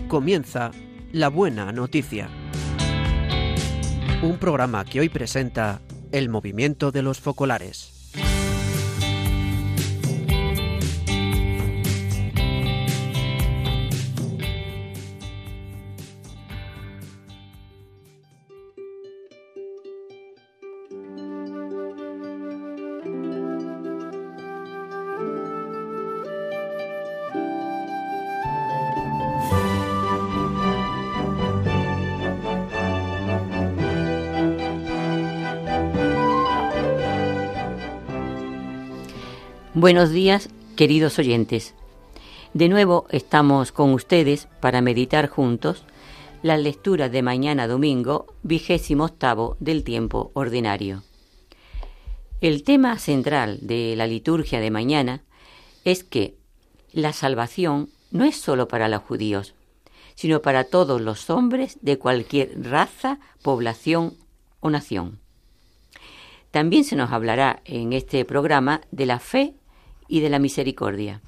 comienza La Buena Noticia. Un programa que hoy presenta el movimiento de los focolares. Buenos días, queridos oyentes. De nuevo estamos con ustedes para meditar juntos las lecturas de mañana domingo, 28º del tiempo ordinario. El tema central de la liturgia de mañana es que la salvación no es solo para los judíos, sino para todos los hombres de cualquier raza, población o nación. También se nos hablará en este programa de la fe y de la misericordia.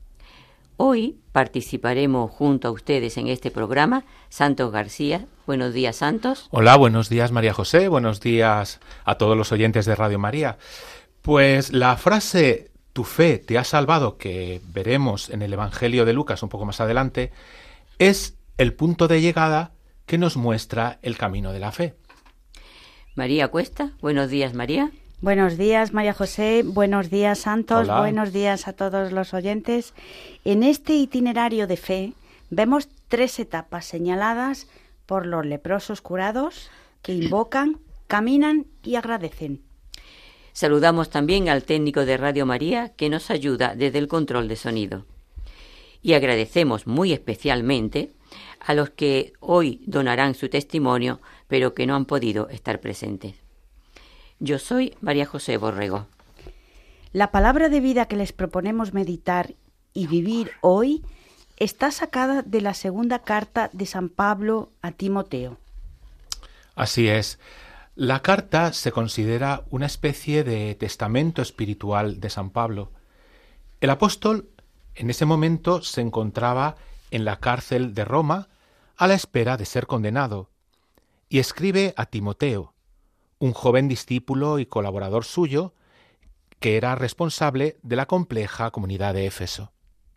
Hoy participaremos junto a ustedes en este programa Santos García. Buenos días, Santos. Hola, buenos días, María José. Buenos días a todos los oyentes de Radio María. Pues la frase «tu fe te ha salvado», que veremos en el Evangelio de Lucas un poco más adelante, es el punto de llegada que nos muestra el camino de la fe. María Cuesta. Buenos días, María. Buenos días, María José. Buenos días, Santos. Hola. Buenos días a todos los oyentes. En este itinerario de fe vemos 3 etapas señaladas por los leprosos curados que invocan, caminan y agradecen. Saludamos también al técnico de Radio María que nos ayuda desde el control de sonido. Y agradecemos muy especialmente a los que hoy donarán su testimonio, pero que no han podido estar presentes. Yo soy María José Borrego. La palabra de vida que les proponemos meditar y vivir hoy está sacada de la segunda carta de San Pablo a Timoteo. Así es. La carta se considera una especie de testamento espiritual de San Pablo. El apóstol en ese momento se encontraba en la cárcel de Roma a la espera de ser condenado y escribe a Timoteo, un joven discípulo y colaborador suyo que era responsable de la compleja comunidad de Éfeso.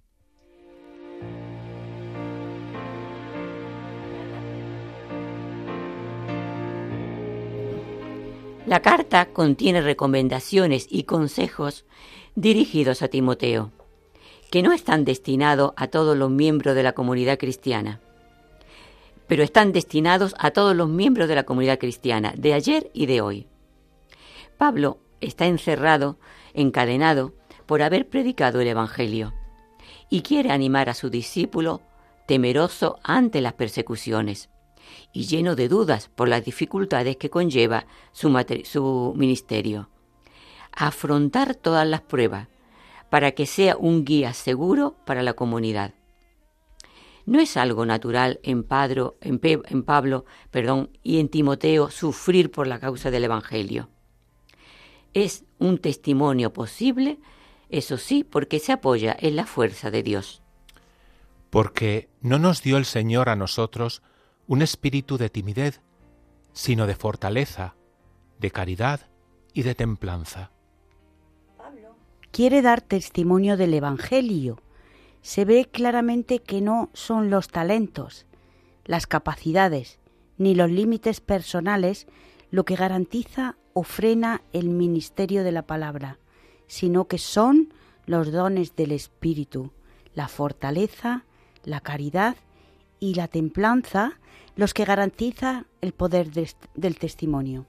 La carta contiene recomendaciones y consejos dirigidos a Timoteo, que no están destinados a todos los miembros de la comunidad cristiana, pero están destinados a todos los miembros de la comunidad cristiana de ayer y de hoy. Pablo está encerrado, encadenado, por haber predicado el Evangelio y quiere animar a su discípulo temeroso ante las persecuciones y lleno de dudas por las dificultades que conlleva su ministerio, a afrontar todas las pruebas para que sea un guía seguro para la comunidad. No es algo natural en Pablo y en Timoteo sufrir por la causa del Evangelio. Es un testimonio posible, eso sí, porque se apoya en la fuerza de Dios. Porque no nos dio el Señor a nosotros un espíritu de timidez, sino de fortaleza, de caridad y de templanza. Pablo quiere dar testimonio del Evangelio. Se ve claramente que no son los talentos, las capacidades, ni los límites personales lo que garantiza o frena el ministerio de la palabra, sino que son los dones del Espíritu, la fortaleza, la caridad y la templanza los que garantizan el poder del testimonio.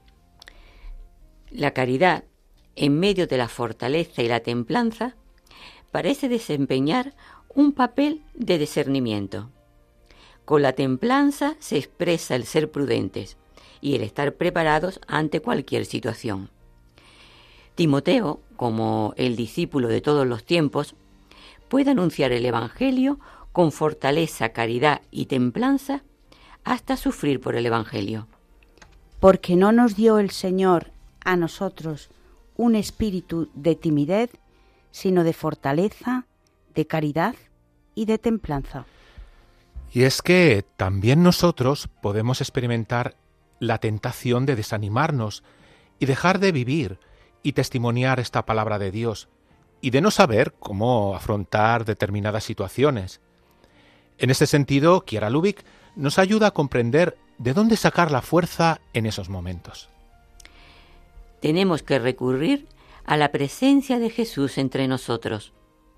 La caridad, en medio de la fortaleza y la templanza, parece desempeñar un papel de discernimiento. Con la templanza se expresa el ser prudentes y el estar preparados ante cualquier situación. Timoteo, como el discípulo de todos los tiempos, puede anunciar el Evangelio con fortaleza, caridad y templanza hasta sufrir por el Evangelio. Porque no nos dio el Señor a nosotros un espíritu de timidez, sino de fortaleza, de caridad y de templanza. Y es que también nosotros podemos experimentar la tentación de desanimarnos y dejar de vivir y testimoniar esta palabra de Dios, y de no saber cómo afrontar determinadas situaciones. En este sentido, Chiara Lubich nos ayuda a comprender de dónde sacar la fuerza en esos momentos. Tenemos que recurrir a la presencia de Jesús entre nosotros.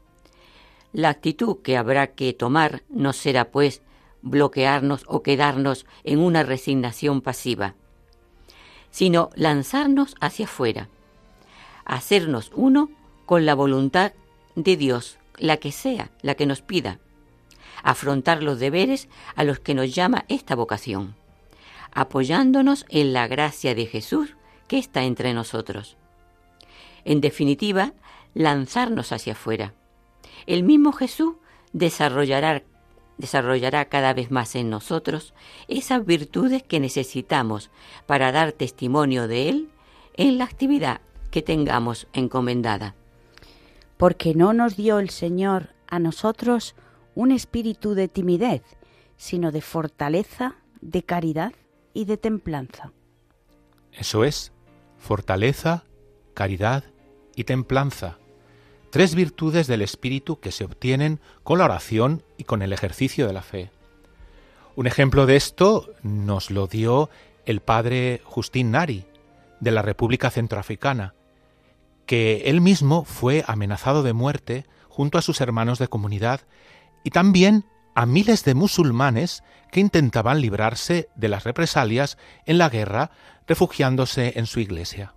La actitud que habrá que tomar no será, pues, bloquearnos o quedarnos en una resignación pasiva, sino lanzarnos hacia afuera, hacernos uno con la voluntad de Dios, la que sea, la que nos pida, afrontar los deberes a los que nos llama esta vocación, apoyándonos en la gracia de Jesús que está entre nosotros. En definitiva, lanzarnos hacia afuera. El mismo Jesús desarrollará cada vez más en nosotros esas virtudes que necesitamos para dar testimonio de Él en la actividad que tengamos encomendada. Porque no nos dio el Señor a nosotros un espíritu de timidez, sino de fortaleza, de caridad y de templanza. Eso es, fortaleza, caridad y templanza. 3 virtudes del espíritu que se obtienen con la oración y con el ejercicio de la fe. Un ejemplo de esto nos lo dio el padre Justin Nari, de la República Centroafricana, que él mismo fue amenazado de muerte junto a sus hermanos de comunidad y también a miles de musulmanes que intentaban librarse de las represalias en la guerra refugiándose en su iglesia.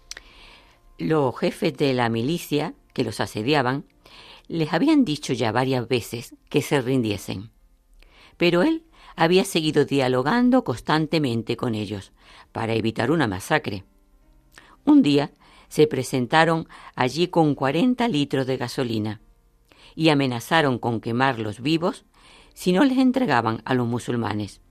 Los jefes de la milicia que los asediaban les habían dicho ya varias veces que se rindiesen, pero él había seguido dialogando constantemente con ellos para evitar una masacre. Un día se presentaron allí con 40 litros de gasolina y amenazaron con quemarlos vivos si no les entregaban a los musulmanes.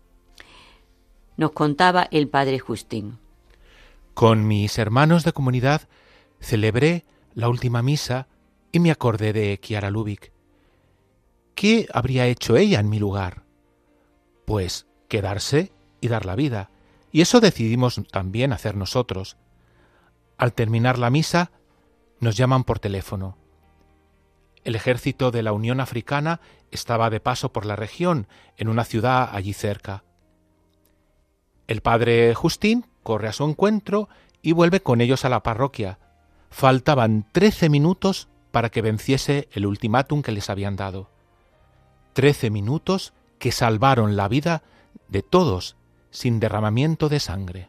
Nos contaba el padre Justin. Con mis hermanos de comunidad celebré la última misa y me acordé de Chiara Lubich. ¿Qué habría hecho ella en mi lugar? Pues quedarse y dar la vida. Y eso decidimos también hacer nosotros. Al terminar la misa, nos llaman por teléfono. El ejército de la Unión Africana estaba de paso por la región, en una ciudad allí cerca. El padre Justin corre a su encuentro y vuelve con ellos a la parroquia. Faltaban 13 minutos para que venciese el ultimátum que les habían dado. 13 minutos que salvaron la vida de todos sin derramamiento de sangre.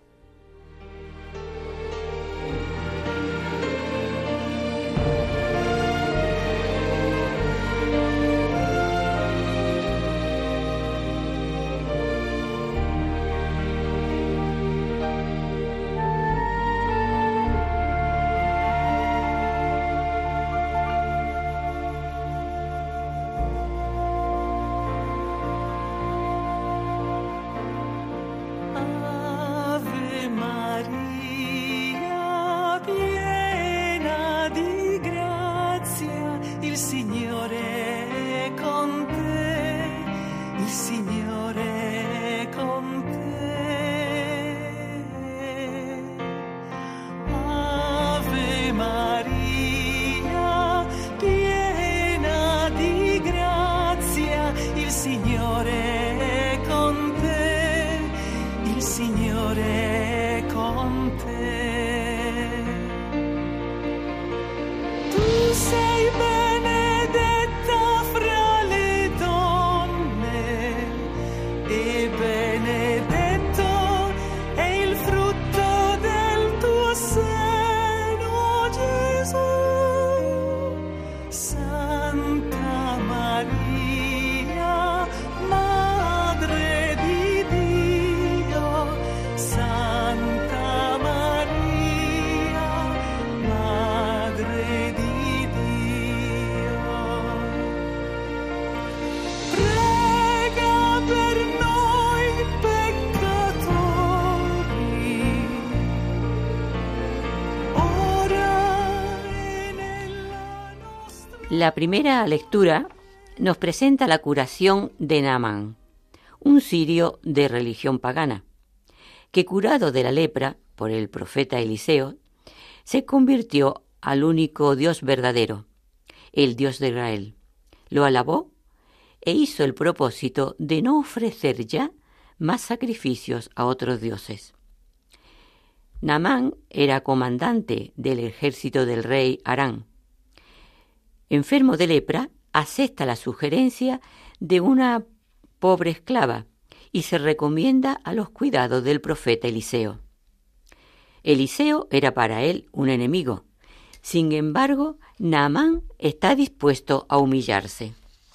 La primera lectura nos presenta la curación de Naamán, un sirio de religión pagana, que curado de la lepra por el profeta Eliseo, se convirtió al único Dios verdadero, el Dios de Israel. Lo alabó e hizo el propósito de no ofrecer ya más sacrificios a otros dioses. Naamán era comandante del ejército del rey Aram. Enfermo de lepra, acepta la sugerencia de una pobre esclava y se recomienda a los cuidados del profeta Eliseo. Eliseo era para él un enemigo. Sin embargo, Naamán está dispuesto a humillarse.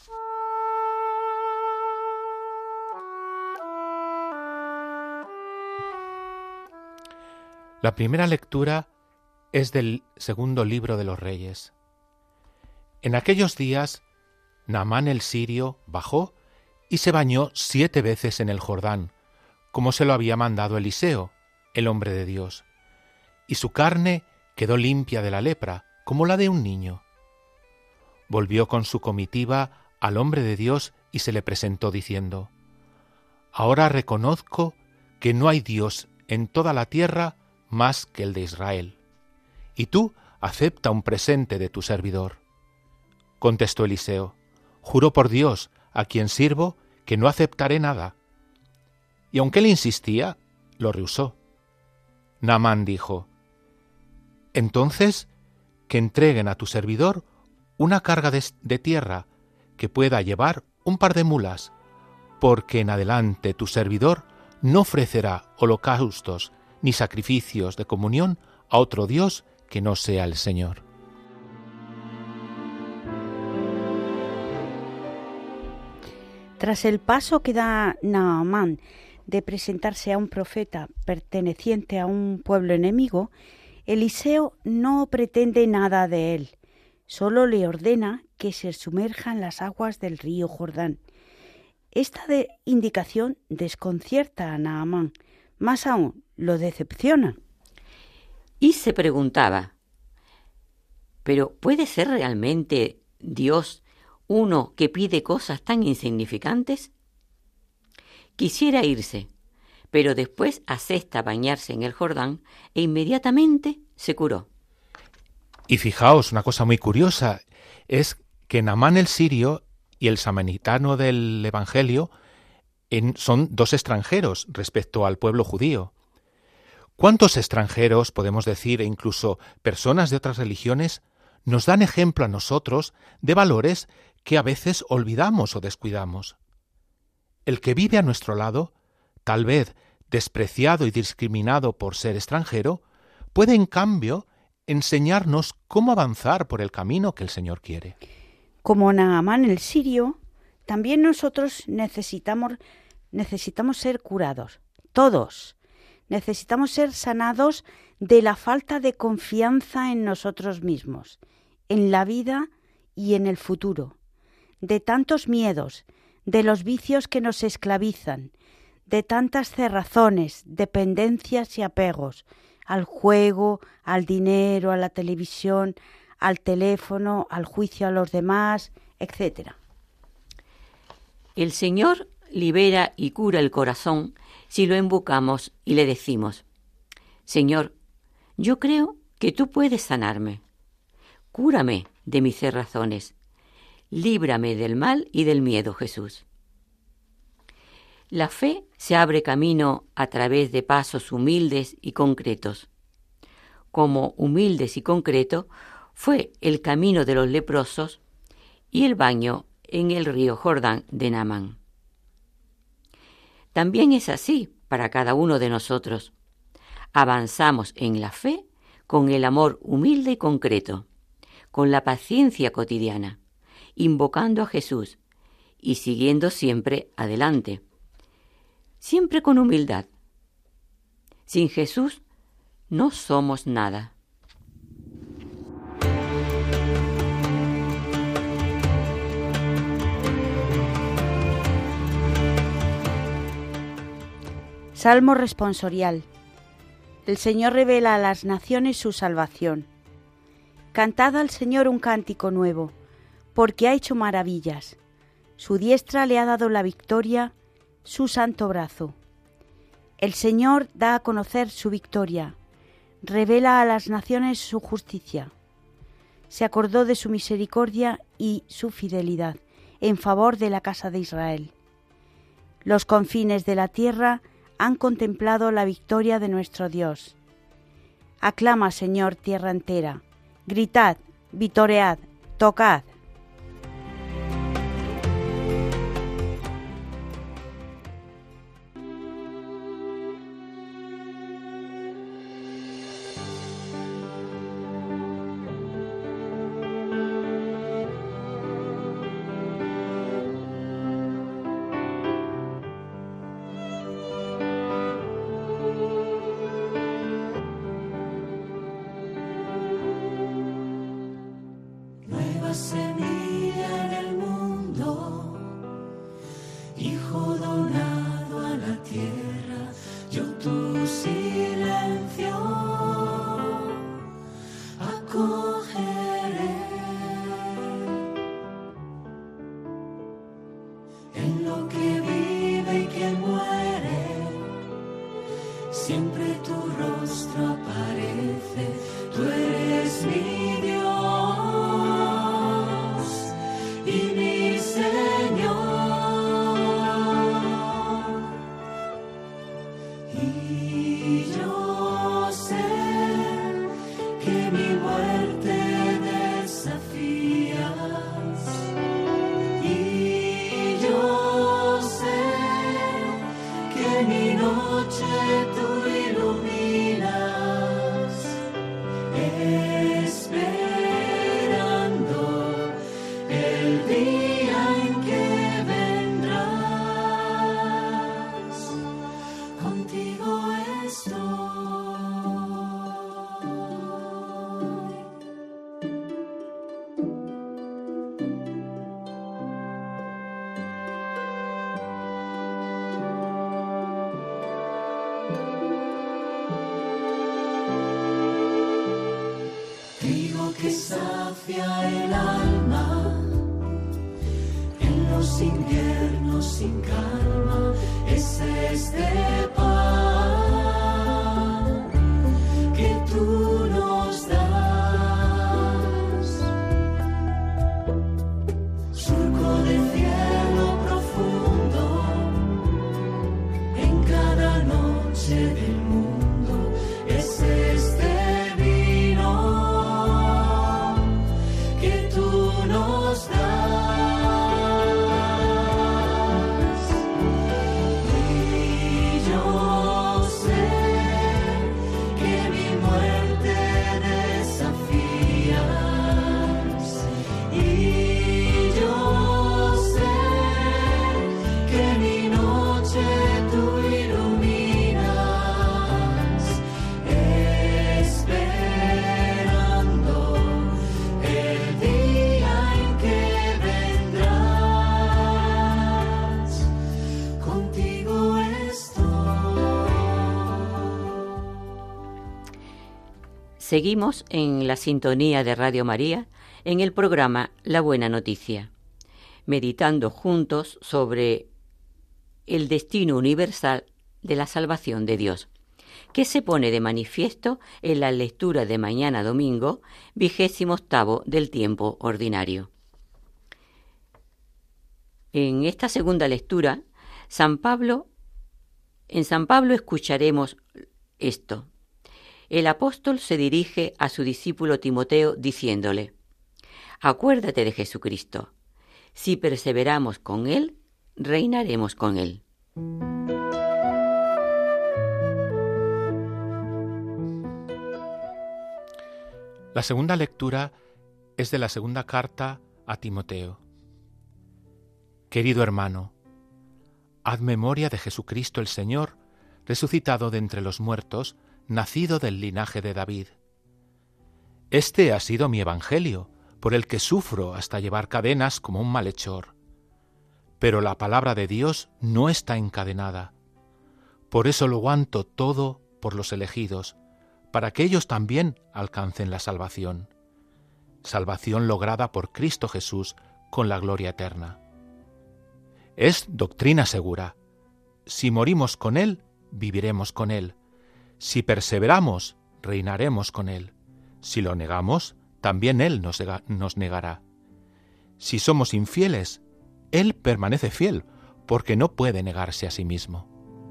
La primera lectura es del segundo libro de los Reyes. En aquellos días, Naamán el sirio bajó y se bañó 7 veces en el Jordán, como se lo había mandado Eliseo, el hombre de Dios, y su carne quedó limpia de la lepra, como la de un niño. Volvió con su comitiva al hombre de Dios y se le presentó diciendo: Ahora reconozco que no hay Dios en toda la tierra más que el de Israel, y tú acepta un presente de tu servidor. Contestó Eliseo: Juro por Dios, a quien sirvo, que no aceptaré nada. Y aunque él insistía, lo rehusó. Naamán dijo: Entonces, que entreguen a tu servidor una carga de tierra que pueda llevar un par de mulas, porque en adelante tu servidor no ofrecerá holocaustos ni sacrificios de comunión a otro Dios que no sea el Señor. Tras el paso que da Naamán de presentarse a un profeta perteneciente a un pueblo enemigo, Eliseo no pretende nada de él, solo le ordena que se sumerja en las aguas del río Jordán. Esta indicación desconcierta a Naamán, más aún lo decepciona. Y se preguntaba: ¿pero puede ser realmente Dios uno que pide cosas tan insignificantes? Quisiera irse, pero después acepta bañarse en el Jordán e inmediatamente se curó. Y fijaos, una cosa muy curiosa es que Naamán el sirio y el samaritano del Evangelio son 2 extranjeros respecto al pueblo judío. ¿Cuántos extranjeros, podemos decir, e incluso personas de otras religiones, nos dan ejemplo a nosotros de valores que a veces olvidamos o descuidamos? El que vive a nuestro lado, tal vez despreciado y discriminado por ser extranjero, puede en cambio enseñarnos cómo avanzar por el camino que el Señor quiere. Como Naamán el sirio, también nosotros necesitamos ser curados, todos. Necesitamos ser sanados de la falta de confianza en nosotros mismos, en la vida y en el futuro, de tantos miedos, de los vicios que nos esclavizan, de tantas cerrazones, dependencias y apegos al juego, al dinero, a la televisión, al teléfono, al juicio a los demás, etc. El Señor libera y cura el corazón si lo invocamos y le decimos: Señor, yo creo que tú puedes sanarme. Cúrame de mis cerrazones. Líbrame del mal y del miedo, Jesús. La fe se abre camino a través de pasos humildes y concretos. Como humildes y concreto fue el camino de los leprosos y el baño en el río Jordán de Naamán. También es así para cada uno de nosotros. Avanzamos en la fe con el amor humilde y concreto, con la paciencia cotidiana, invocando a Jesús y siguiendo siempre adelante, siempre con humildad. Sin Jesús no somos nada. Salmo responsorial. El Señor revela a las naciones su salvación. Cantad al Señor un cántico nuevo, porque ha hecho maravillas. Su diestra le ha dado la victoria, su santo brazo. El Señor da a conocer su victoria, revela a las naciones su justicia. Se acordó de su misericordia y su fidelidad en favor de la casa de Israel. Los confines de la tierra han contemplado la victoria de nuestro Dios. Aclama, Señor, tierra entera. Gritad, vitoread, tocad. Que sacia el alma en los inviernos sin calma, ese es de pan que tú nos das, surco de cielo profundo en cada noche del mundo, ese es de Seguimos en la sintonía de Radio María en el programa La Buena Noticia, meditando juntos sobre el destino universal de la salvación de Dios, que se pone de manifiesto en la lectura de mañana domingo, 28º del tiempo ordinario. En esta segunda lectura, en San Pablo escucharemos esto. El apóstol se dirige a su discípulo Timoteo diciéndole: acuérdate de Jesucristo. Si perseveramos con Él, reinaremos con Él. La segunda lectura es de la segunda carta a Timoteo. Querido hermano, haz memoria de Jesucristo el Señor, resucitado de entre los muertos, nacido del linaje de David. Este ha sido mi evangelio, por el que sufro hasta llevar cadenas como un malhechor. Pero la palabra de Dios no está encadenada. Por eso lo aguanto todo por los elegidos, para que ellos también alcancen la salvación lograda por Cristo Jesús con la gloria eterna. Es doctrina segura. Si morimos con Él, viviremos con Él. Si perseveramos, reinaremos con Él. Si lo negamos, también Él nos negará. Si somos infieles, Él permanece fiel, porque no puede negarse a sí mismo.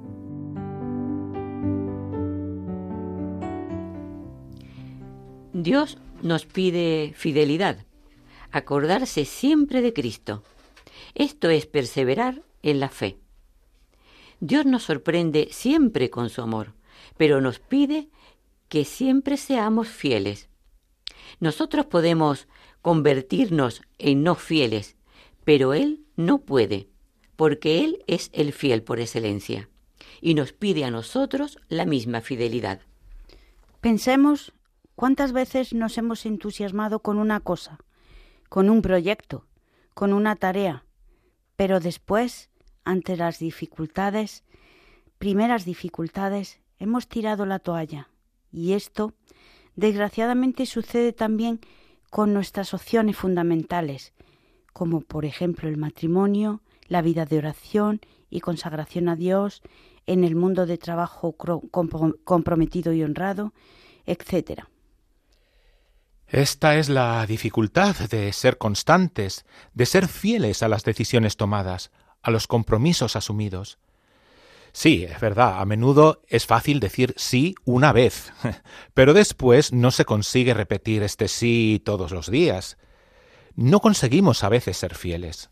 Dios nos pide fidelidad, acordarse siempre de Cristo. Esto es perseverar en la fe. Dios nos sorprende siempre con su amor, pero nos pide que siempre seamos fieles. Nosotros podemos convertirnos en no fieles, pero Él no puede, porque Él es el fiel por excelencia, y nos pide a nosotros la misma fidelidad. Pensemos cuántas veces nos hemos entusiasmado con una cosa, con un proyecto, con una tarea, pero después, ante las primeras dificultades, hemos tirado la toalla. Y esto, desgraciadamente, sucede también con nuestras opciones fundamentales, como por ejemplo el matrimonio, la vida de oración y consagración a Dios, en el mundo de trabajo comprometido y honrado, etc. Esta es la dificultad de ser constantes, de ser fieles a las decisiones tomadas, a los compromisos asumidos. Sí, es verdad, a menudo es fácil decir sí una vez, pero después no se consigue repetir este sí todos los días. No conseguimos a veces ser fieles.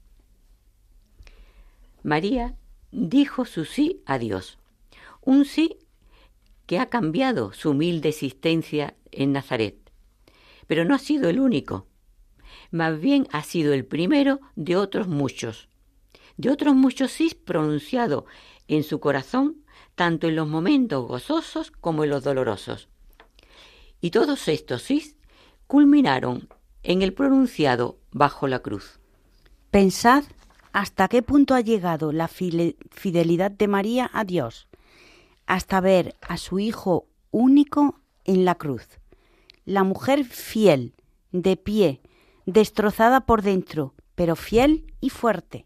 María dijo su sí a Dios, un sí que ha cambiado su humilde existencia en Nazaret. Pero no ha sido el único, más bien ha sido el primero de otros muchos sí pronunciados en su corazón, tanto en los momentos gozosos como en los dolorosos. Y todos estos sí culminaron en el pronunciado bajo la cruz. Pensad hasta qué punto ha llegado la fidelidad de María a Dios, hasta ver a su Hijo único en la cruz. La mujer fiel, de pie, destrozada por dentro, pero fiel y fuerte.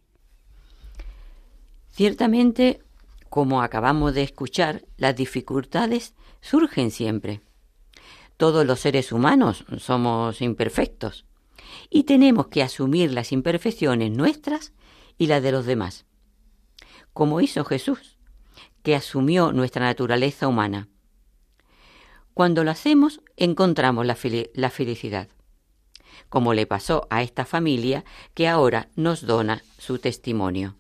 Ciertamente, como acabamos de escuchar, las dificultades surgen siempre. Todos los seres humanos somos imperfectos y tenemos que asumir las imperfecciones nuestras y las de los demás, como hizo Jesús, que asumió nuestra naturaleza humana. Cuando lo hacemos, encontramos la felicidad, como le pasó a esta familia que ahora nos dona su testimonio.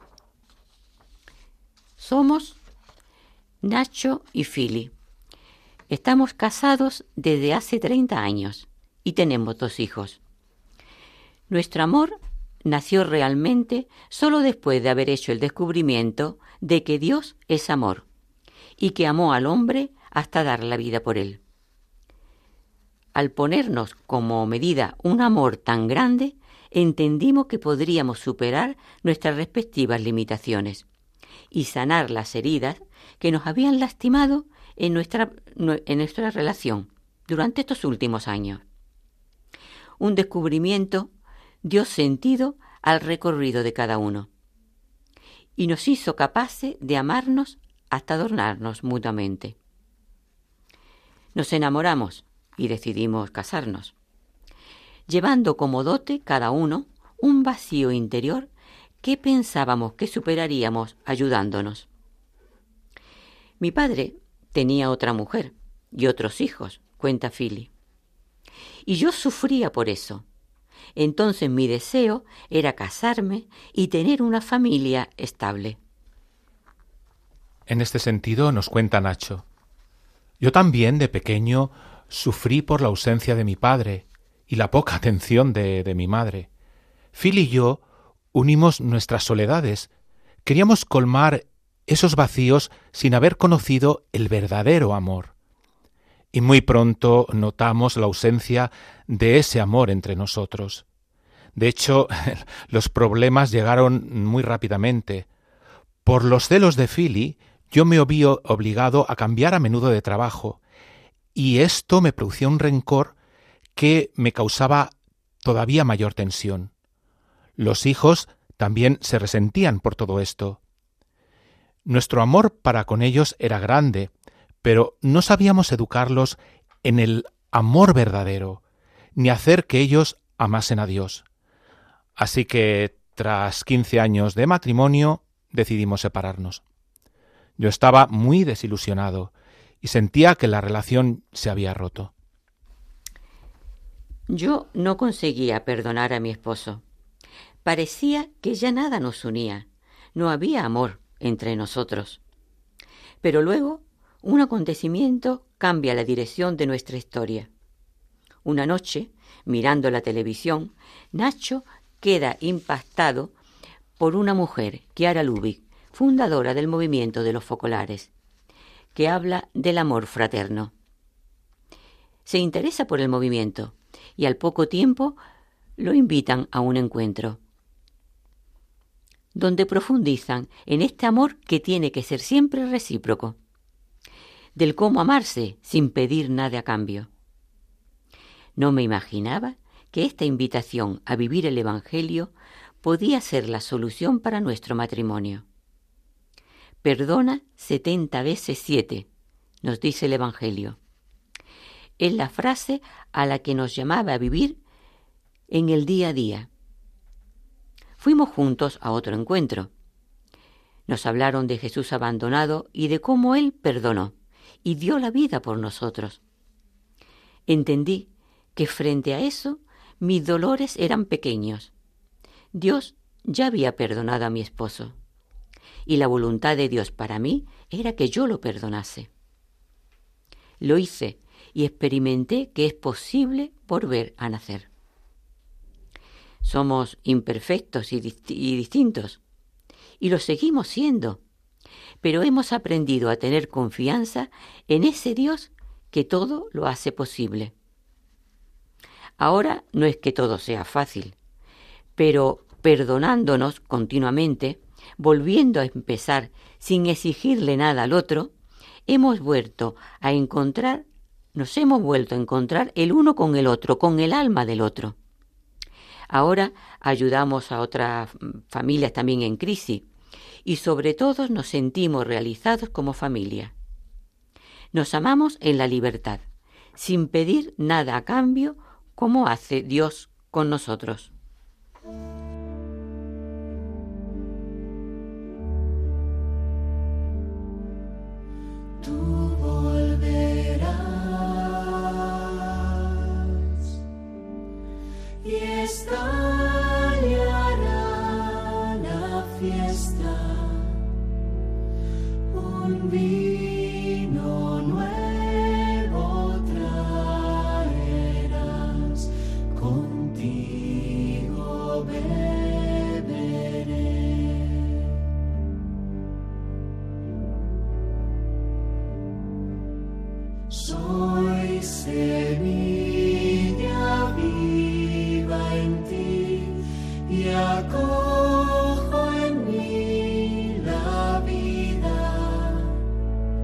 Somos Nacho y Fili. Estamos casados desde hace 30 años y tenemos 2 hijos. Nuestro amor nació realmente solo después de haber hecho el descubrimiento de que Dios es amor y que amó al hombre hasta dar la vida por él. Al ponernos como medida un amor tan grande, entendimos que podríamos superar nuestras respectivas limitaciones y sanar las heridas que nos habían lastimado en nuestra relación durante estos últimos años. Un descubrimiento dio sentido al recorrido de cada uno y nos hizo capaces de amarnos hasta adornarnos mutuamente. Nos enamoramos y decidimos casarnos, llevando como dote cada uno un vacío interior que pensábamos que superaríamos ayudándonos. Mi padre tenía otra mujer y otros hijos, cuenta Fili, y yo sufría por eso. Entonces mi deseo era casarme y tener una familia estable. En este sentido nos cuenta Nacho: yo también de pequeño sufrí por la ausencia de mi padre y la poca atención de mi madre. Phil y yo unimos nuestras soledades. Queríamos colmar esos vacíos sin haber conocido el verdadero amor. Y muy pronto notamos la ausencia de ese amor entre nosotros. De hecho, los problemas llegaron muy rápidamente. Por los celos de Philly, yo me vi obligado a cambiar a menudo de trabajo, y esto me producía un rencor que me causaba todavía mayor tensión. Los hijos también se resentían por todo esto. Nuestro amor para con ellos era grande, pero no sabíamos educarlos en el amor verdadero, ni hacer que ellos amasen a Dios. Así que, tras 15 años de matrimonio, decidimos separarnos. Yo estaba muy desilusionado y sentía que la relación se había roto. Yo no conseguía perdonar a mi esposo. Parecía que ya nada nos unía, no había amor entre nosotros. Pero luego, un acontecimiento cambia la dirección de nuestra historia. Una noche, mirando la televisión, Nacho queda impactado por una mujer, Chiara Lubich, fundadora del movimiento de los focolares, que habla del amor fraterno. Se interesa por el movimiento y al poco tiempo lo invitan a un encuentro, donde profundizan en este amor que tiene que ser siempre recíproco, del cómo amarse sin pedir nada a cambio. No me imaginaba que esta invitación a vivir el Evangelio podía ser la solución para nuestro matrimonio. Perdona 70 veces 7, nos dice el Evangelio. Es la frase a la que nos llamaba a vivir en el día a día. Fuimos juntos a otro encuentro. Nos hablaron de Jesús abandonado y de cómo Él perdonó y dio la vida por nosotros. Entendí que frente a eso mis dolores eran pequeños. Dios ya había perdonado a mi esposo y la voluntad de Dios para mí era que yo lo perdonase. Lo hice y experimenté que es posible volver a nacer. Somos imperfectos y distintos, y lo seguimos siendo, pero hemos aprendido a tener confianza en ese Dios que todo lo hace posible. Ahora no es que todo sea fácil, pero perdonándonos continuamente, volviendo a empezar sin exigirle nada al otro, nos hemos vuelto a encontrar el uno con el otro, con el alma del otro. Ahora ayudamos a otras familias también en crisis y sobre todo nos sentimos realizados como familia. Nos amamos en la libertad, sin pedir nada a cambio, como hace Dios con nosotros. Tú volverás y estallará la fiesta, un vino nuevo traerás, contigo beberé. Soy semilla viva en ti y acojo en mí la vida.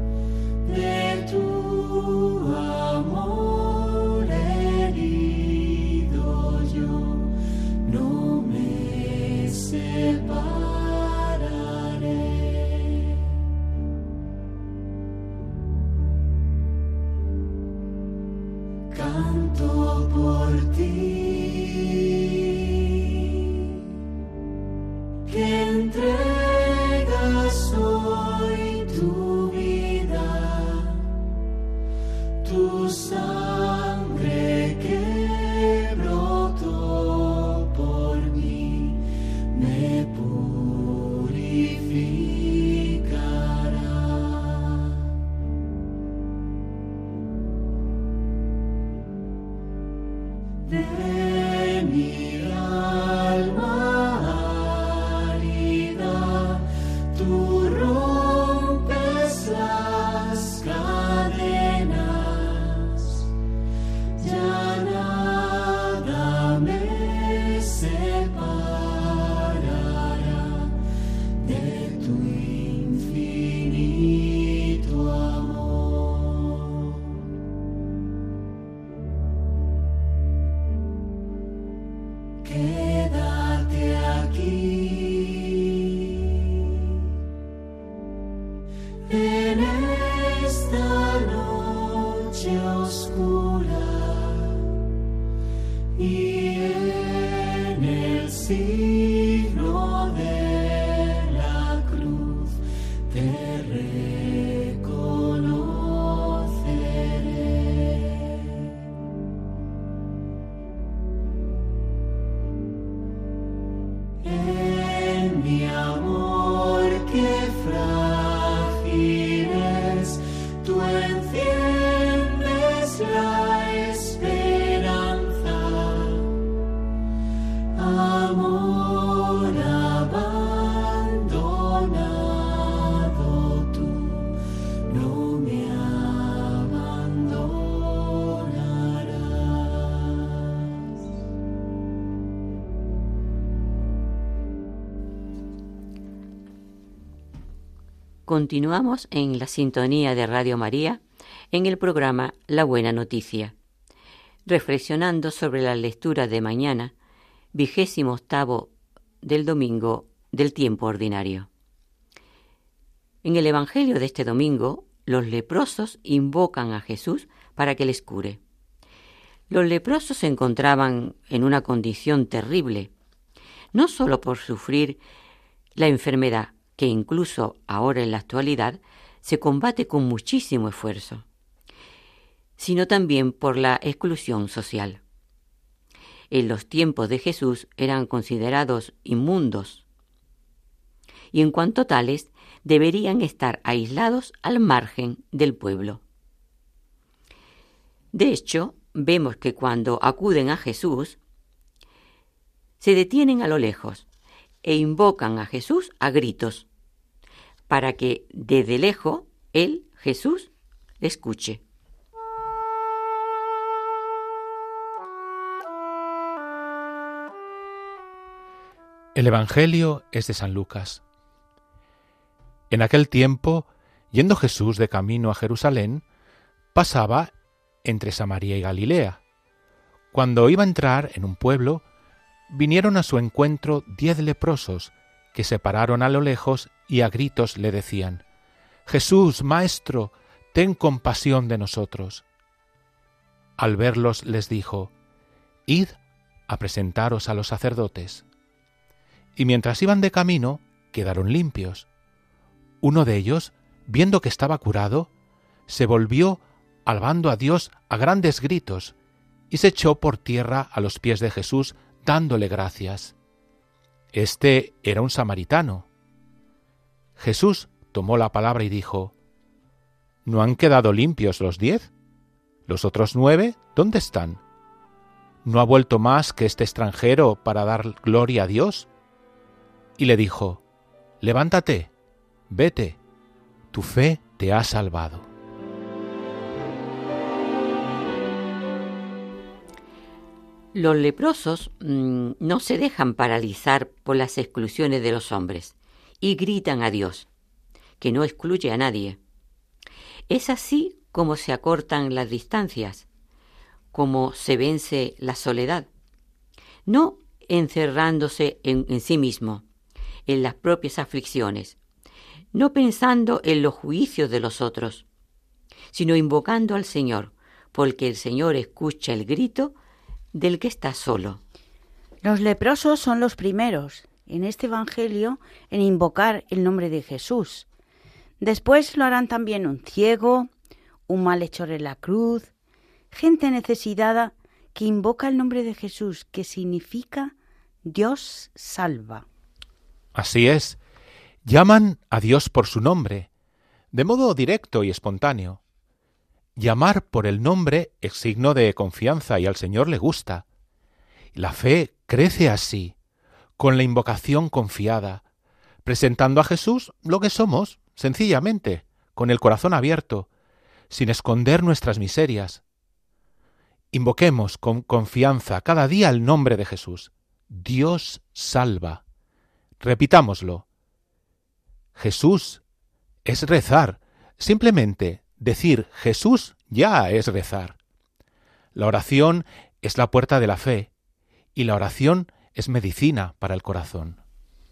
Continuamos en la sintonía de Radio María en el programa La Buena Noticia, reflexionando sobre la lectura de mañana, 28º del domingo del tiempo ordinario. En el Evangelio de este domingo, los leprosos invocan a Jesús para que les cure. Los leprosos se encontraban en una condición terrible, no solo por sufrir la enfermedad, que incluso ahora en la actualidad se combate con muchísimo esfuerzo, sino también por la exclusión social. En los tiempos de Jesús eran considerados inmundos y en cuanto tales deberían estar aislados al margen del pueblo. De hecho, vemos que cuando acuden a Jesús, se detienen a lo lejos e invocan a Jesús a gritos, para que desde lejos él, Jesús, escuche. El Evangelio es de San Lucas. En aquel tiempo, yendo Jesús de camino a Jerusalén, pasaba entre Samaria y Galilea. Cuando iba a entrar en un pueblo, vinieron a su encuentro 10 leprosos, que se pararon a lo lejos y a gritos le decían: «Jesús, Maestro, ten compasión de nosotros». Al verlos les dijo: «Id a presentaros a los sacerdotes». Y mientras iban de camino, quedaron limpios. Uno de ellos, viendo que estaba curado, se volvió alabando a Dios a grandes gritos y se echó por tierra a los pies de Jesús dándole gracias. Este era un samaritano. Jesús tomó la palabra y dijo: ¿No han quedado limpios los 10? ¿Los otros 9 dónde están? ¿No ha vuelto más que este extranjero para dar gloria a Dios? Y le dijo: Levántate, vete, tu fe te ha salvado. Los leprosos no se dejan paralizar por las exclusiones de los hombres y gritan a Dios, que no excluye a nadie. Es así como se acortan las distancias, como se vence la soledad, no encerrándose en sí mismo, en las propias aflicciones, no pensando en los juicios de los otros, sino invocando al Señor, porque el Señor escucha el grito del que está solo. Los leprosos son los primeros en este Evangelio en invocar el nombre de Jesús. Después lo harán también un ciego, un malhechor en la cruz, gente necesitada que invoca el nombre de Jesús, que significa Dios salva. Así es, llaman a Dios por su nombre, de modo directo y espontáneo. Llamar por el nombre es signo de confianza y al Señor le gusta. La fe crece así, con la invocación confiada, presentando a Jesús lo que somos, sencillamente, con el corazón abierto, sin esconder nuestras miserias. Invoquemos con confianza cada día el nombre de Jesús. Dios salva. Repitámoslo. Jesús es rezar, simplemente decir Jesús ya es rezar. La oración es la puerta de la fe y la oración es medicina para el corazón.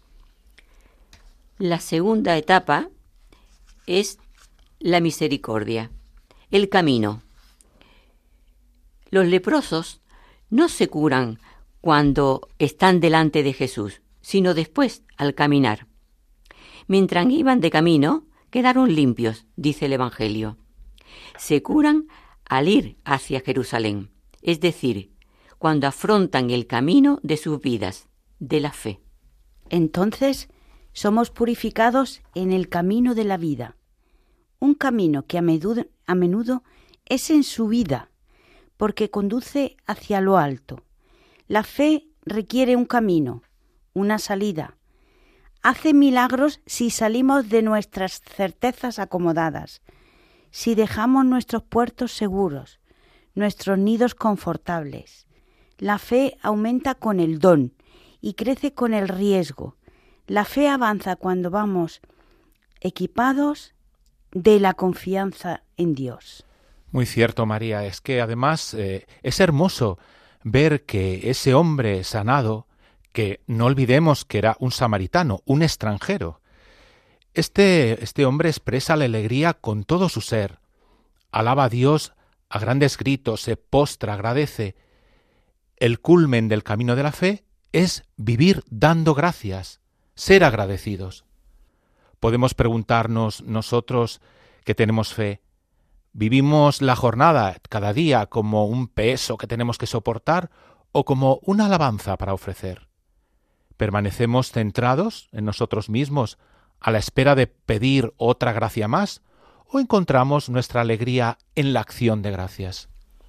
La segunda etapa es la misericordia, el camino. Los leprosos no se curan cuando están delante de Jesús, sino después, al caminar. Mientras iban de camino, quedaron limpios, dice el Evangelio. Se curan al ir hacia Jerusalén, es decir, cuando afrontan el camino de sus vidas, de la fe. Entonces, somos purificados en el camino de la vida, un camino que a menudo es en subida, porque conduce hacia lo alto. La fe requiere un camino, una salida. Hace milagros si salimos de nuestras certezas acomodadas, si dejamos nuestros puertos seguros, nuestros nidos confortables. La fe aumenta con el don y crece con el riesgo. La fe avanza cuando vamos equipados de la confianza en Dios. Muy cierto, María. Es que además es hermoso ver que ese hombre sanado, que no olvidemos que era un samaritano, un extranjero, este hombre expresa la alegría con todo su ser, alaba a Dios a grandes gritos, se postra, agradece. El culmen del camino de la fe es vivir dando gracias, ser agradecidos. Podemos preguntarnos nosotros que tenemos fe, ¿vivimos la jornada cada día como un peso que tenemos que soportar o como una alabanza para ofrecer? ¿Permanecemos centrados en nosotros mismos a la espera de pedir otra gracia más o encontramos nuestra alegría en la acción de gracias?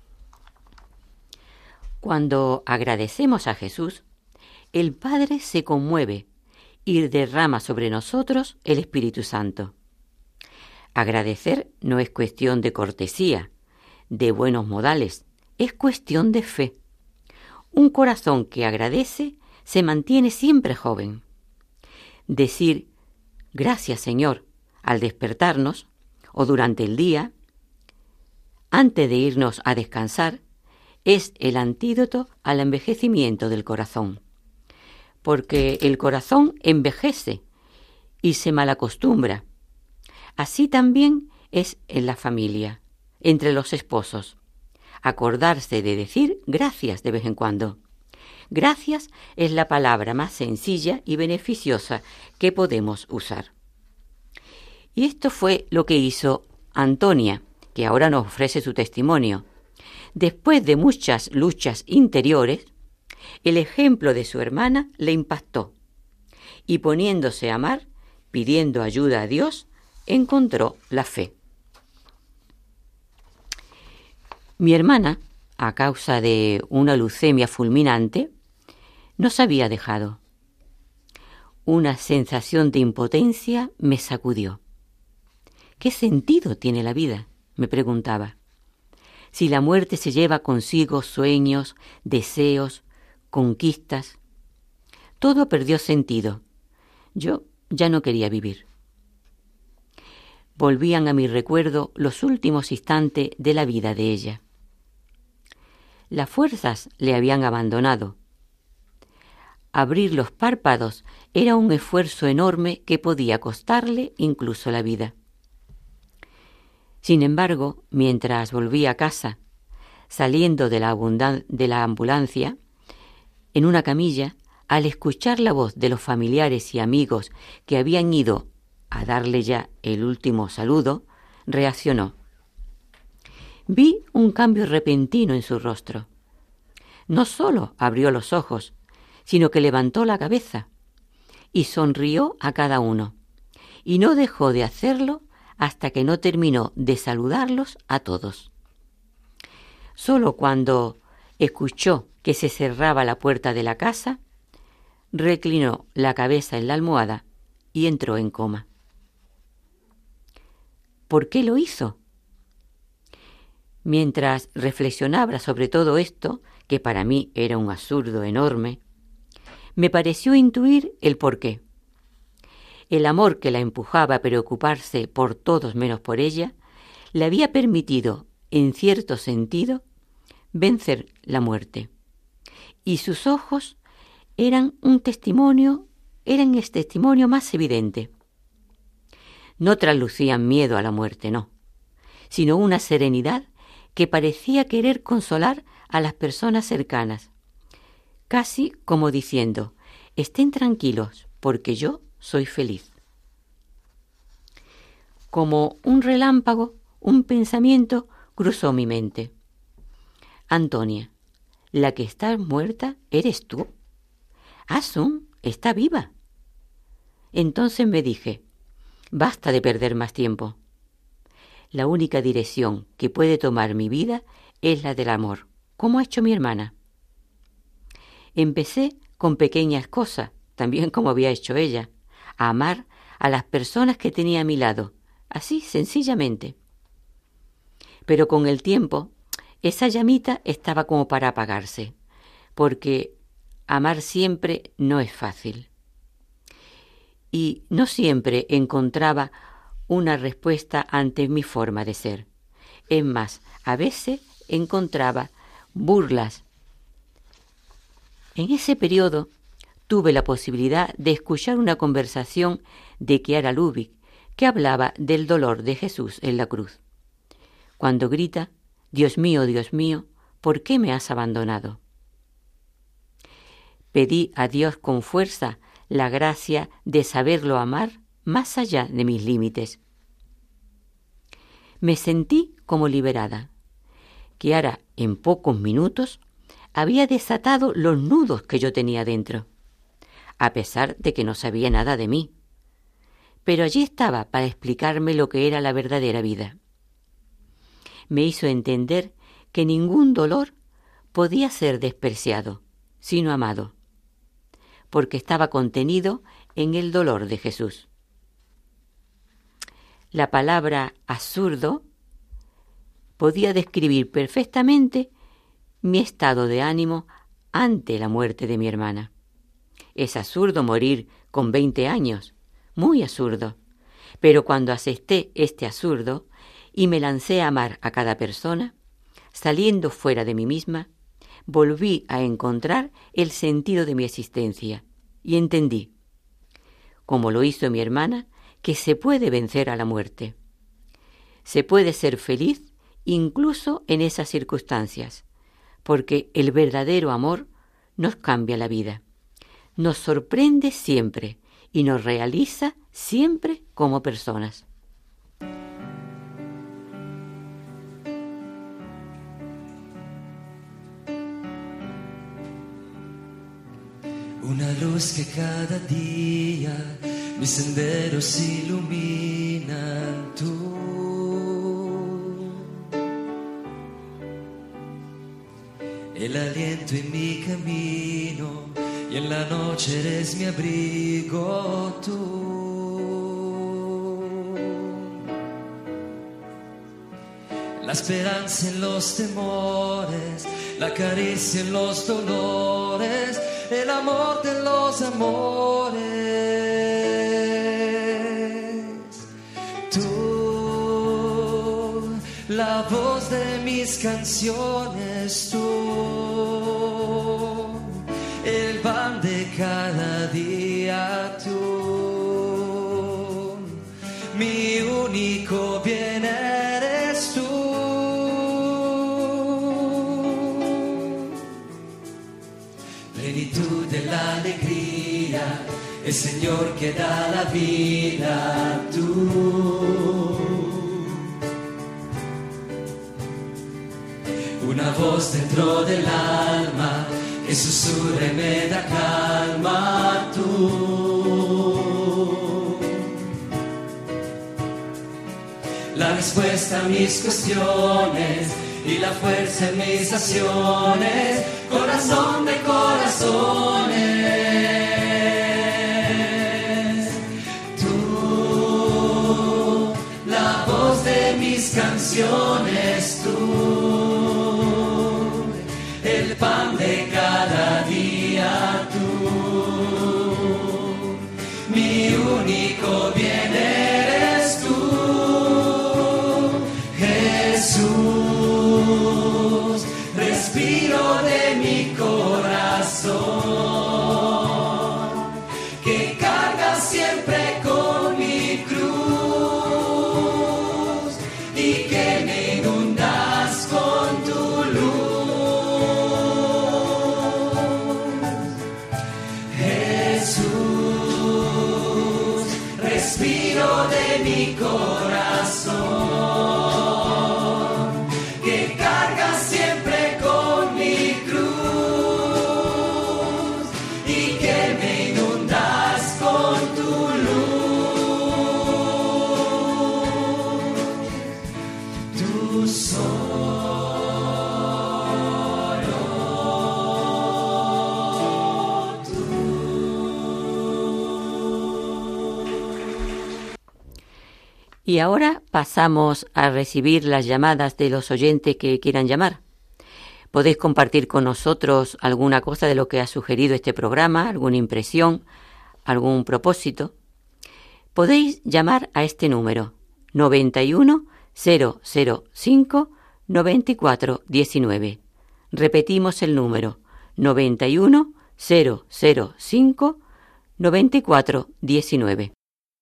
Cuando agradecemos a Jesús, el Padre se conmueve y derrama sobre nosotros el Espíritu Santo. Agradecer no es cuestión de cortesía, de buenos modales, es cuestión de fe. Un corazón que agradece se mantiene siempre joven. Decir gracias, Señor, al despertarnos o durante el día, antes de irnos a descansar, es el antídoto al envejecimiento del corazón. Porque el corazón envejece y se malacostumbra. Así también es en la familia, entre los esposos. Acordarse de decir gracias de vez en cuando. Gracias es la palabra más sencilla y beneficiosa que podemos usar. Y esto fue lo que hizo Antonia, que ahora nos ofrece su testimonio. Después de muchas luchas interiores, el ejemplo de su hermana le impactó y poniéndose a amar, pidiendo ayuda a Dios, encontró la fe. Mi hermana, a causa de una leucemia fulminante, nos había dejado. Una sensación de impotencia me sacudió. ¿Qué sentido tiene la vida?, me preguntaba. Si la muerte se lleva consigo sueños, deseos, conquistas. Todo perdió sentido. Yo ya no quería vivir. Volvían a mi recuerdo los últimos instantes de la vida de ella. Las fuerzas le habían abandonado. Abrir los párpados era un esfuerzo enorme que podía costarle incluso la vida. Sin embargo, mientras volvía a casa, saliendo de la ambulancia, en una camilla, al escuchar la voz de los familiares y amigos que habían ido a darle ya el último saludo, reaccionó. Vi un cambio repentino en su rostro. No solo abrió los ojos, sino que levantó la cabeza y sonrió a cada uno, y no dejó de hacerlo hasta que no terminó de saludarlos a todos. Solo cuando escuchó que se cerraba la puerta de la casa, reclinó la cabeza en la almohada y entró en coma. ¿Por qué lo hizo? Mientras reflexionaba sobre todo esto, que para mí era un absurdo enorme, me pareció intuir el porqué. El amor que la empujaba a preocuparse por todos menos por ella, le había permitido, en cierto sentido, vencer la muerte. Y sus ojos eran el testimonio más evidente. No traslucían miedo a la muerte, no, sino una serenidad que parecía querer consolar a las personas cercanas, casi como diciendo, estén tranquilos, porque yo soy feliz. Como un relámpago, un pensamiento cruzó mi mente. Antonia, la que está muerta eres tú. Asun está viva. Entonces me dije, basta de perder más tiempo. La única dirección que puede tomar mi vida es la del amor, como ha hecho mi hermana. Empecé con pequeñas cosas, también como había hecho ella, a amar a las personas que tenía a mi lado, así sencillamente. Pero con el tiempo, esa llamita estaba como para apagarse, porque amar siempre no es fácil. y no siempre encontraba una respuesta ante mi forma de ser. Es más, a veces encontraba burlas. En ese periodo tuve la posibilidad de escuchar una conversación de Chiara Lubich que hablaba del dolor de Jesús en la cruz, cuando grita: Dios mío, ¿por qué me has abandonado? Pedí a Dios con fuerza la gracia de saberlo amar más allá de mis límites. Me sentí como liberada. Chiara, en pocos minutos, había desatado los nudos que yo tenía dentro, a pesar de que no sabía nada de mí. Pero allí estaba para explicarme lo que era la verdadera vida. Me hizo entender que ningún dolor podía ser despreciado, sino amado, porque estaba contenido en el dolor de Jesús. La palabra absurdo podía describir perfectamente mi estado de ánimo ante la muerte de mi hermana. Es absurdo morir con 20 años, muy absurdo, pero cuando acepté este absurdo y me lancé a amar a cada persona, saliendo fuera de mí misma, volví a encontrar el sentido de mi existencia y entendí, como lo hizo mi hermana, que se puede vencer a la muerte. Se puede ser feliz incluso en esas circunstancias, porque el verdadero amor nos cambia la vida, nos sorprende siempre y nos realiza siempre como personas. Una luz que cada día mis senderos iluminan, tú. El aliento en mi camino y en la noche eres mi abrigo, tú. La esperanza en los temores, la caricia en los dolores, el amor de los amores. Tú, la voz de mis canciones, tú, el pan de cada día, tú, mi único bien eres tú. Plenitud de la alegría, el Señor que da la vida, tú. Una voz dentro del alma que susurra y me da calma, tú. La respuesta a mis cuestiones y la fuerza en mis acciones, corazón de corazones. Tú, la voz de mis canciones, tú, el pan de cada día, tú, mi único bien eres tú, Jesús, respiro de mi corazón, que carga siempre con mi cruz y que me inundas con tu luz. Jesús, respiro de mi corazón, que carga siempre con mi cruz y que me inundas con tu luz. Tú solo, tú. Y ahora pasamos a recibir las llamadas de los oyentes que quieran llamar. Podéis compartir con nosotros alguna cosa de lo que ha sugerido este programa, alguna impresión, algún propósito. podéis llamar a este número 91 005 94 19. Repetimos el número 91 005 94 19.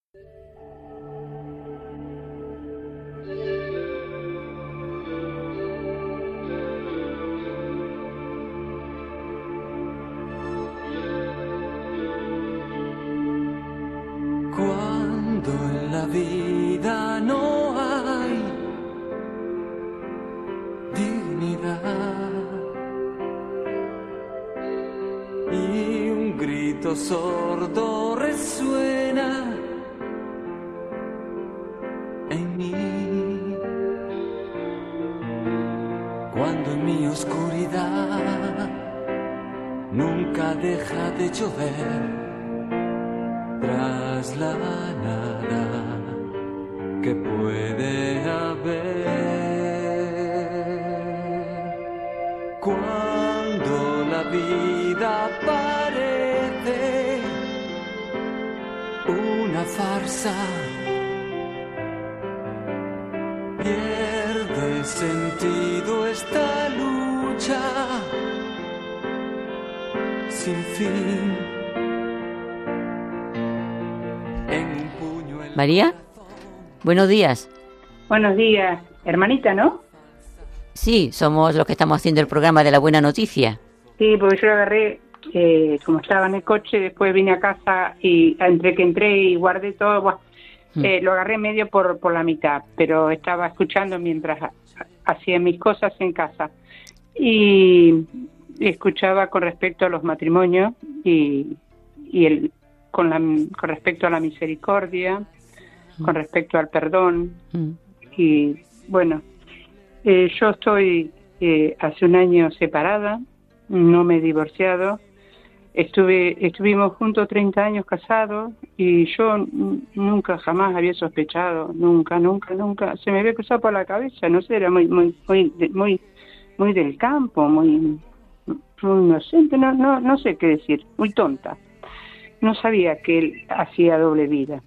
Cuando en la vida no hay dignidad y un grito sordo resuena en mí, cuando en mi oscuridad nunca deja de llover tras la nada que puede haber, cuando la vida parece una farsa, pierde sentido esta lucha sin fin. María, buenos días. Buenos días, hermanita, ¿no? Sí, somos los que estamos haciendo el programa de La Buena Noticia. Sí, porque yo lo agarré, como estaba en el coche, después vine a casa y entre que entré y guardé todo, lo agarré medio por la mitad, pero estaba escuchando mientras hacía mis cosas en casa. Y escuchaba con respecto a los matrimonios y con respecto a la misericordia, con respecto al perdón. Y bueno, yo estoy hace un año separada, no me he divorciado, estuvimos juntos 30 años casados y yo nunca jamás había sospechado, nunca, se me había cruzado por la cabeza, no sé, era muy del campo, muy inocente, no sé qué decir, muy tonta. No sabía que él hacía doble vida.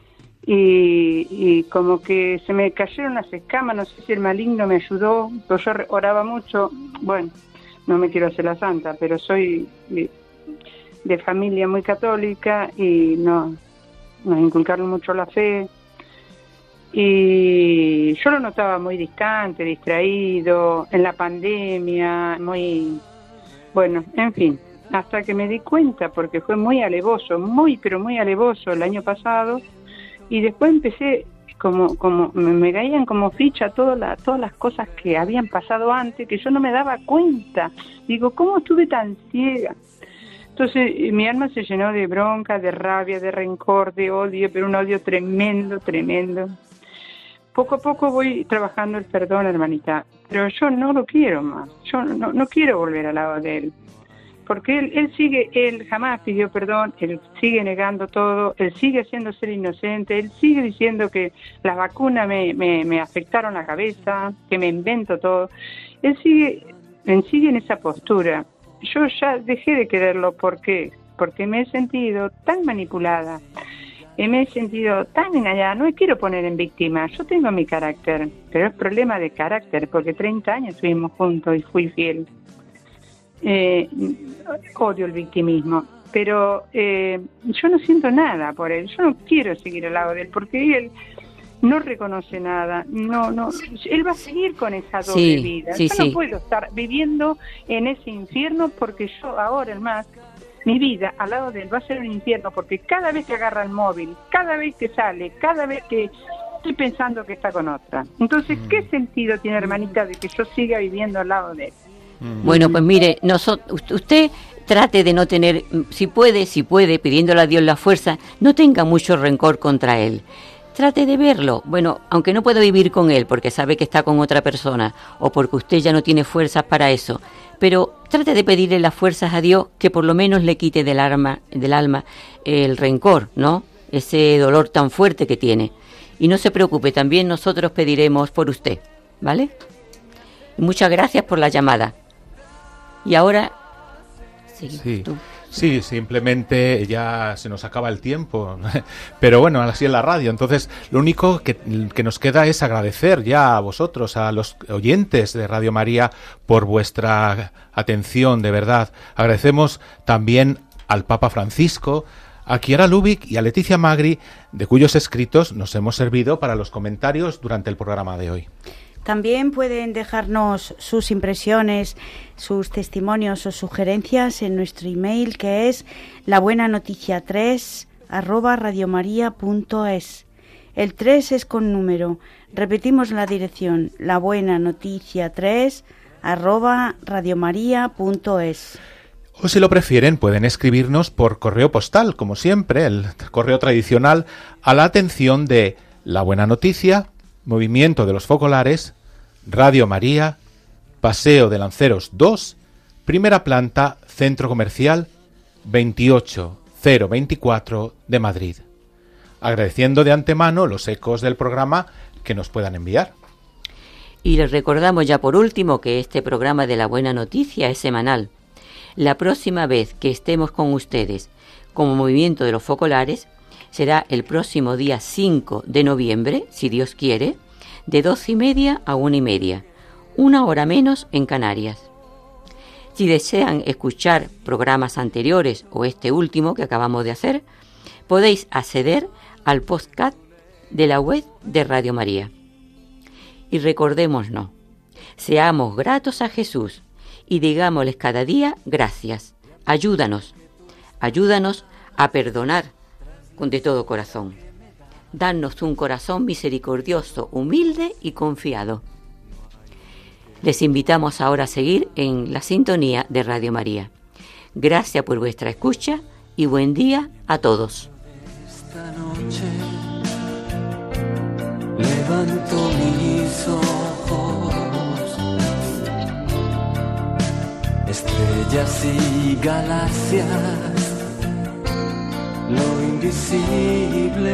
Y como que se me cayeron las escamas, no sé si el maligno me ayudó, pero yo oraba mucho. Bueno, no me quiero hacer la santa, pero soy de familia muy católica y nos inculcaron mucho la fe. Y yo lo notaba muy distante, distraído, en la pandemia, bueno, en fin. Hasta que me di cuenta, porque fue muy alevoso, muy alevoso el año pasado, y después empecé, como me caían como ficha todas las cosas que habían pasado antes, que yo no me daba cuenta. Digo, ¿cómo estuve tan ciega? Entonces mi alma se llenó de bronca, de rabia, de rencor, de odio, pero un odio tremendo. Poco a poco voy trabajando el perdón, hermanita, pero yo no lo quiero más, yo no quiero volver al lado de él. Porque él jamás pidió perdón, él sigue negando todo, él sigue haciendo ser inocente, él sigue diciendo que las vacunas me afectaron la cabeza, que me invento todo. Él sigue en esa postura. Yo ya dejé de quererlo, ¿por qué? Porque me he sentido tan manipulada, me he sentido tan engañada, no me quiero poner en víctima, yo tengo mi carácter, pero es problema de carácter, porque 30 años estuvimos juntos y fui fiel. Odio el victimismo, pero yo no siento nada por él, yo no quiero seguir al lado de él porque él no reconoce nada, él va a seguir con esa doble vida. Yo no puedo estar viviendo en ese infierno porque yo ahora, más mi vida al lado de él va a ser un infierno porque cada vez que agarra el móvil, cada vez que sale, cada vez que estoy pensando que está con otra. Entonces, ¿qué sentido tiene, hermanita, de que yo siga viviendo al lado de él? Bueno, pues mire, usted trate de no tener, si puede, pidiéndole a Dios la fuerza, no tenga mucho rencor contra él. Trate de verlo. Bueno, aunque no pueda vivir con él porque sabe que está con otra persona o porque usted ya no tiene fuerzas para eso, pero trate de pedirle las fuerzas a Dios que por lo menos le quite del alma el rencor, ¿no? Ese dolor tan fuerte que tiene. Y no se preocupe, también nosotros pediremos por usted, ¿vale? Y muchas gracias por la llamada. Y ahora... Sí. Sí, simplemente ya se nos acaba el tiempo, pero bueno, así es la radio. Entonces, lo único que nos queda es agradecer ya a vosotros, a los oyentes de Radio María, por vuestra atención, de verdad. Agradecemos también al Papa Francisco, a Chiara Lubick y a Leticia Magri, de cuyos escritos nos hemos servido para los comentarios durante el programa de hoy. También pueden dejarnos sus impresiones, sus testimonios o sugerencias en nuestro email, que es labuenanoticia3@radiomaria.es. El 3 es con número. Repetimos la dirección: labuenanoticia3@radiomaria.es. O si lo prefieren, pueden escribirnos por correo postal, como siempre, el correo tradicional, a la atención de La Buena Noticia, Movimiento de los Focolares, Radio María, Paseo de Lanceros 2, primera planta, Centro Comercial 28024 de Madrid. Agradeciendo de antemano los ecos del programa que nos puedan enviar. Y les recordamos ya por último que este programa de La Buena Noticia es semanal. La próxima vez que estemos con ustedes como Movimiento de los Focolares será el próximo día 5 de noviembre, si Dios quiere, de 12:30 a 1:30, 1 hora menos en Canarias. Si desean escuchar programas anteriores o este último que acabamos de hacer, podéis acceder al podcast de la web de Radio María. Y recordémonos, seamos gratos a Jesús y digámosles cada día gracias. Ayúdanos a perdonar de todo corazón. Danos un corazón misericordioso, humilde y confiado. Les invitamos ahora a seguir en la sintonía de Radio María. Gracias por vuestra escucha y buen día a todos. Esta noche levanto mis ojos, estrellas y galaxias, lo invisible.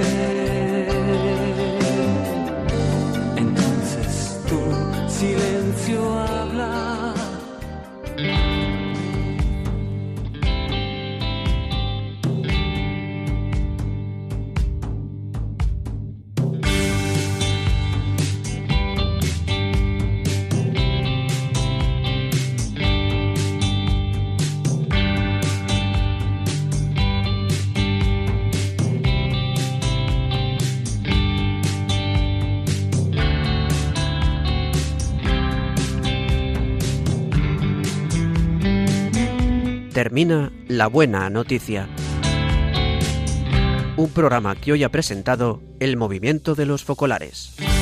Entonces tu silencio habla. Termina La Buena Noticia, un programa que hoy ha presentado el Movimiento de los Focolares.